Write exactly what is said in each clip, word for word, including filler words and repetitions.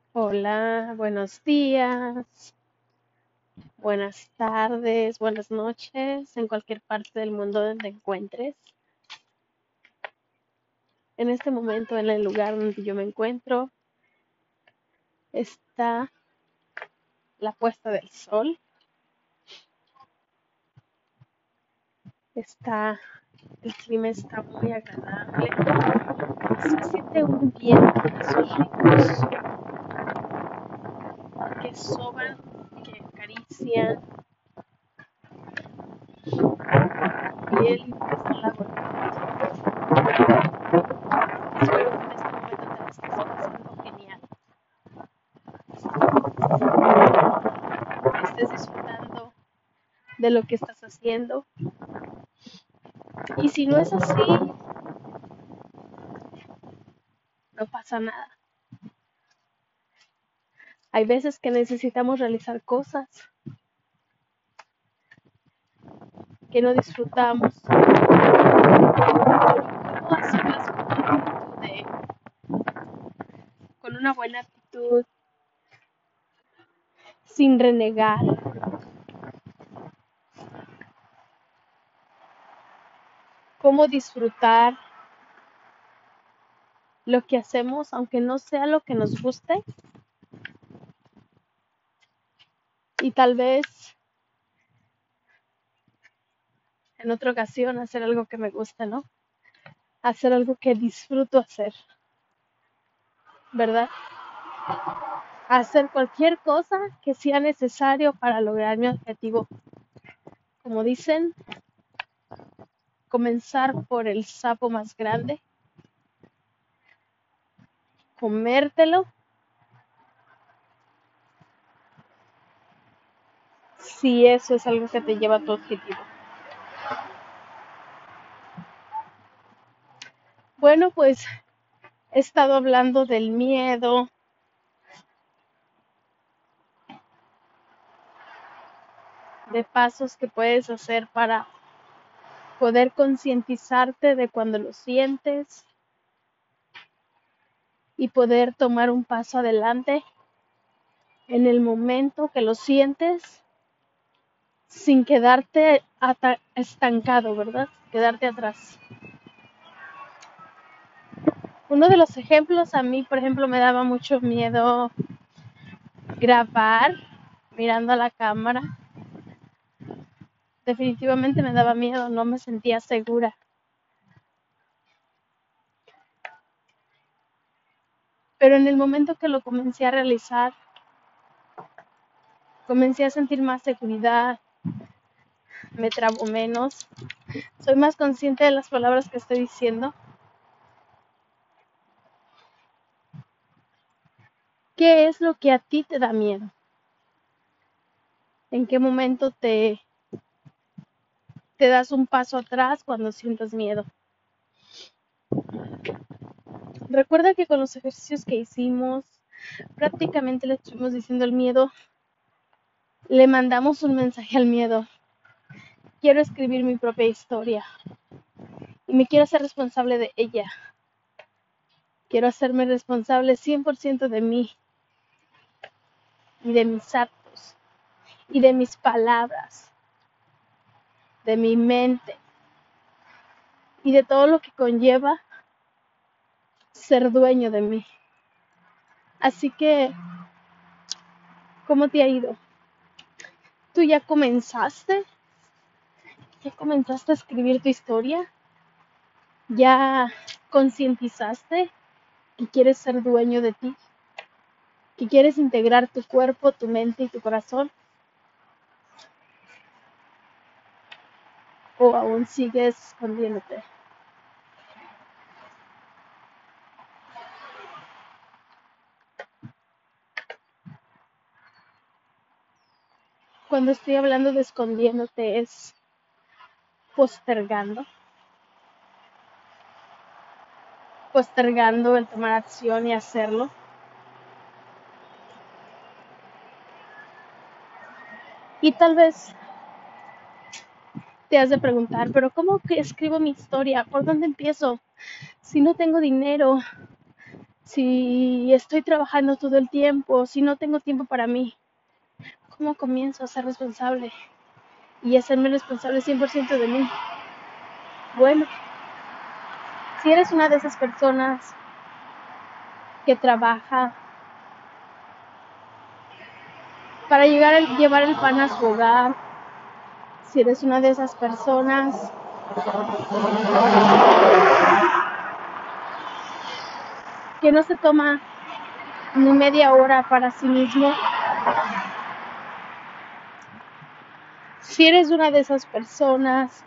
Hola, buenos días, buenas tardes, buenas noches, en cualquier parte del mundo donde te encuentres. En este momento, en el lugar donde yo me encuentro, está la puesta del sol, está, el clima está muy agradable, se siente un viento de esos ricos que soban, que acarician tu piel y empiezan a golpear. Espero que en este momento te la estés pasando genial, que estés disfrutando de lo que estás haciendo. Y si no es así, no pasa nada. Hay veces que necesitamos realizar cosas que no disfrutamos, pero cómo hacerlas con una actitud de, con una buena actitud, sin renegar. Cómo disfrutar lo que hacemos, aunque no sea lo que nos guste. Y tal vez en otra ocasión hacer algo que me guste, ¿no? Hacer algo que disfruto hacer, ¿verdad? Hacer cualquier cosa que sea necesario para lograr mi objetivo. Como dicen, comenzar por el sapo más grande, comértelo, si eso es algo que te lleva a tu objetivo. Bueno, pues he estado hablando del miedo, de pasos que puedes hacer para poder concientizarte de cuando lo sientes y poder tomar un paso adelante en el momento que lo sientes sin quedarte estancado, ¿verdad? Quedarte atrás. Uno de los ejemplos, a mí, por ejemplo, me daba mucho miedo grabar mirando a la cámara. Definitivamente me daba miedo, no me sentía segura. Pero en el momento que lo comencé a realizar, comencé a sentir más seguridad, me trabo menos, soy más consciente de las palabras que estoy diciendo. ¿Qué es lo que a ti te da miedo? ¿En qué momento te, te das un paso atrás cuando sientas miedo? Recuerda que con los ejercicios que hicimos, prácticamente le estuvimos diciendo al miedo, le mandamos un mensaje al miedo. Quiero escribir mi propia historia y me quiero hacer responsable de ella. Quiero hacerme responsable cien por ciento de mí y de mis actos y de mis palabras, de mi mente y de todo lo que conlleva ser dueño de mí. Así que, ¿cómo te ha ido? ¿Tú ya comenzaste? ¿Ya comenzaste a escribir tu historia? ¿Ya concientizaste que quieres ser dueño de ti? ¿Que quieres integrar tu cuerpo, tu mente y tu corazón? ¿O aún sigues escondiéndote? Cuando estoy hablando de escondiéndote es postergando, postergando el tomar acción y hacerlo. Y tal vez te has de preguntar, pero ¿cómo que escribo mi historia? ¿Por dónde empiezo? Si no tengo dinero, Si estoy trabajando todo el tiempo, si no tengo tiempo para mí, ¿cómo comienzo a ser responsable y a hacerme responsable cien por ciento de mí? Bueno, si eres una de esas personas que trabaja para llegar a llevar el pan a su hogar, si eres una de esas personas que no se toma ni media hora para sí mismo, si eres una de esas personas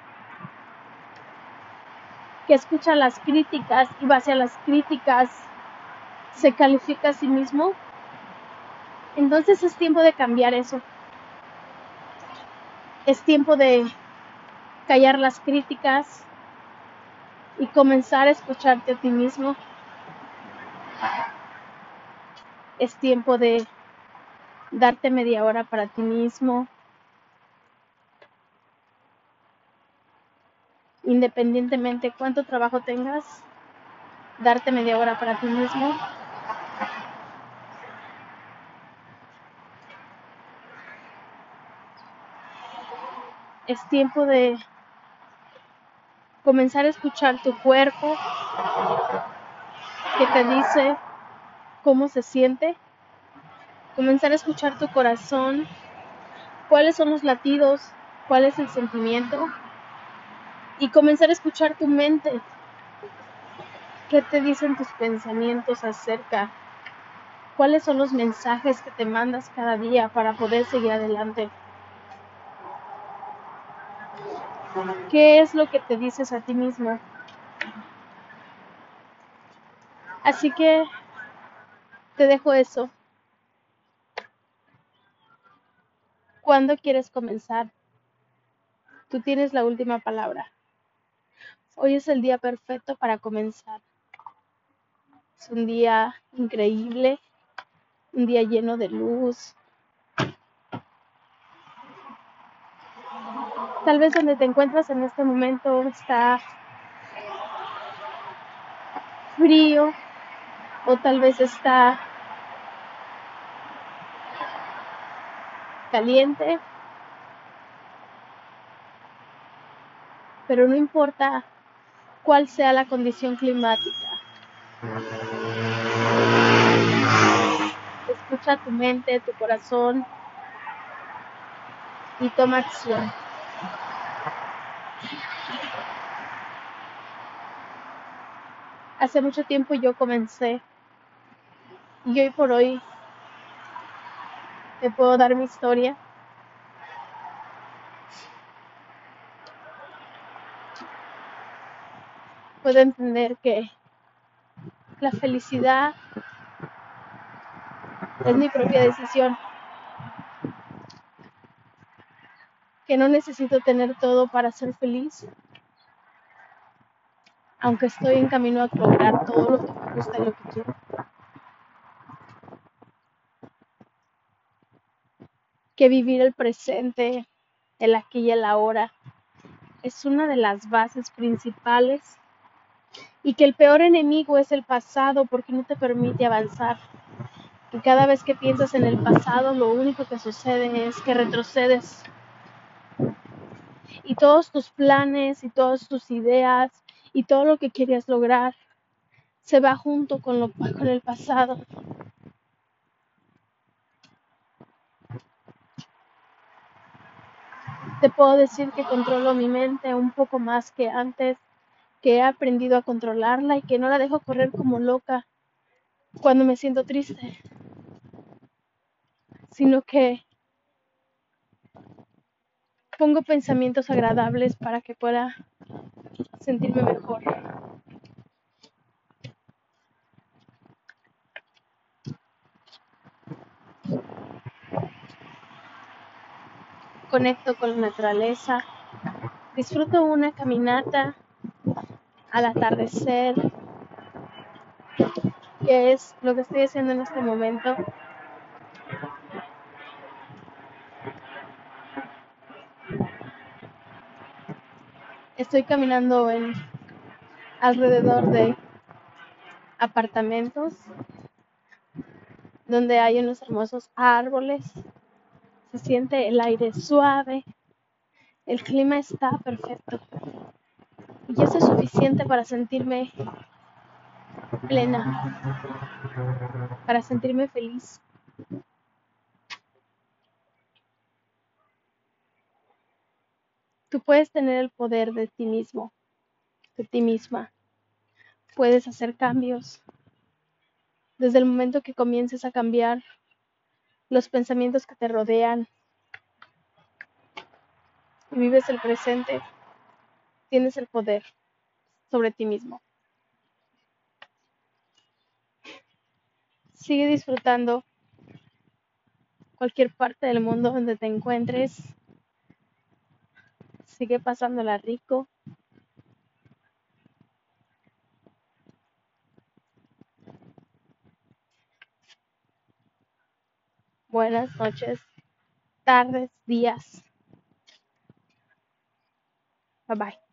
que escucha las críticas y base a las críticas se califica a sí mismo, entonces es tiempo de cambiar eso. Es tiempo de callar las críticas y comenzar a escucharte a ti mismo. Es tiempo de darte media hora para ti mismo, independientemente cuánto trabajo tengas, darte media hora para ti mismo. Es tiempo de comenzar a escuchar tu cuerpo, que te dice cómo se siente, comenzar a escuchar tu corazón, cuáles son los latidos, cuál es el sentimiento, y comenzar a escuchar tu mente, qué te dicen tus pensamientos acerca, cuáles son los mensajes que te mandas cada día para poder seguir adelante, qué es lo que te dices a ti mismo. Así que te dejo eso. ¿Cuándo quieres comenzar? Tú tienes la última palabra. Hoy es el día perfecto para comenzar. Es un día increíble, un día lleno de luz. Tal vez donde te encuentras en este momento está frío o tal vez está caliente, pero no importa cuál sea la condición climática. Escucha tu mente, tu corazón y toma acción. Hace mucho tiempo yo comencé y hoy por hoy te puedo dar mi historia. Puedo entender que la felicidad es mi propia decisión, que no necesito tener todo para ser feliz, aunque estoy en camino a lograr todo lo que me gusta y lo que quiero. Que vivir el presente, el aquí y el ahora, es una de las bases principales y que el peor enemigo es el pasado porque no te permite avanzar. Y cada vez que piensas en el pasado, lo único que sucede es que retrocedes y todos tus planes y todas tus ideas y todo lo que querías lograr se va junto con, lo, con el pasado. Te puedo decir que controlo mi mente un poco más que antes, que he aprendido a controlarla y que no la dejo correr como loca cuando me siento triste, sino que pongo pensamientos agradables para que pueda sentirme mejor. Conecto con la naturaleza, disfruto una caminata al atardecer, que es lo que estoy haciendo en este momento. Estoy caminando en alrededor de apartamentos donde hay unos hermosos árboles, se siente el aire suave, el clima está perfecto y eso es suficiente para sentirme plena, para sentirme feliz. Tú puedes tener el poder de ti mismo, de ti misma. Puedes hacer cambios. Desde el momento que comiences a cambiar los pensamientos que te rodean y vives el presente, tienes el poder sobre ti mismo. Sigue disfrutando cualquier parte del mundo donde te encuentres. Sigue pasándola rico. Buenas noches, tardes, días. Bye bye.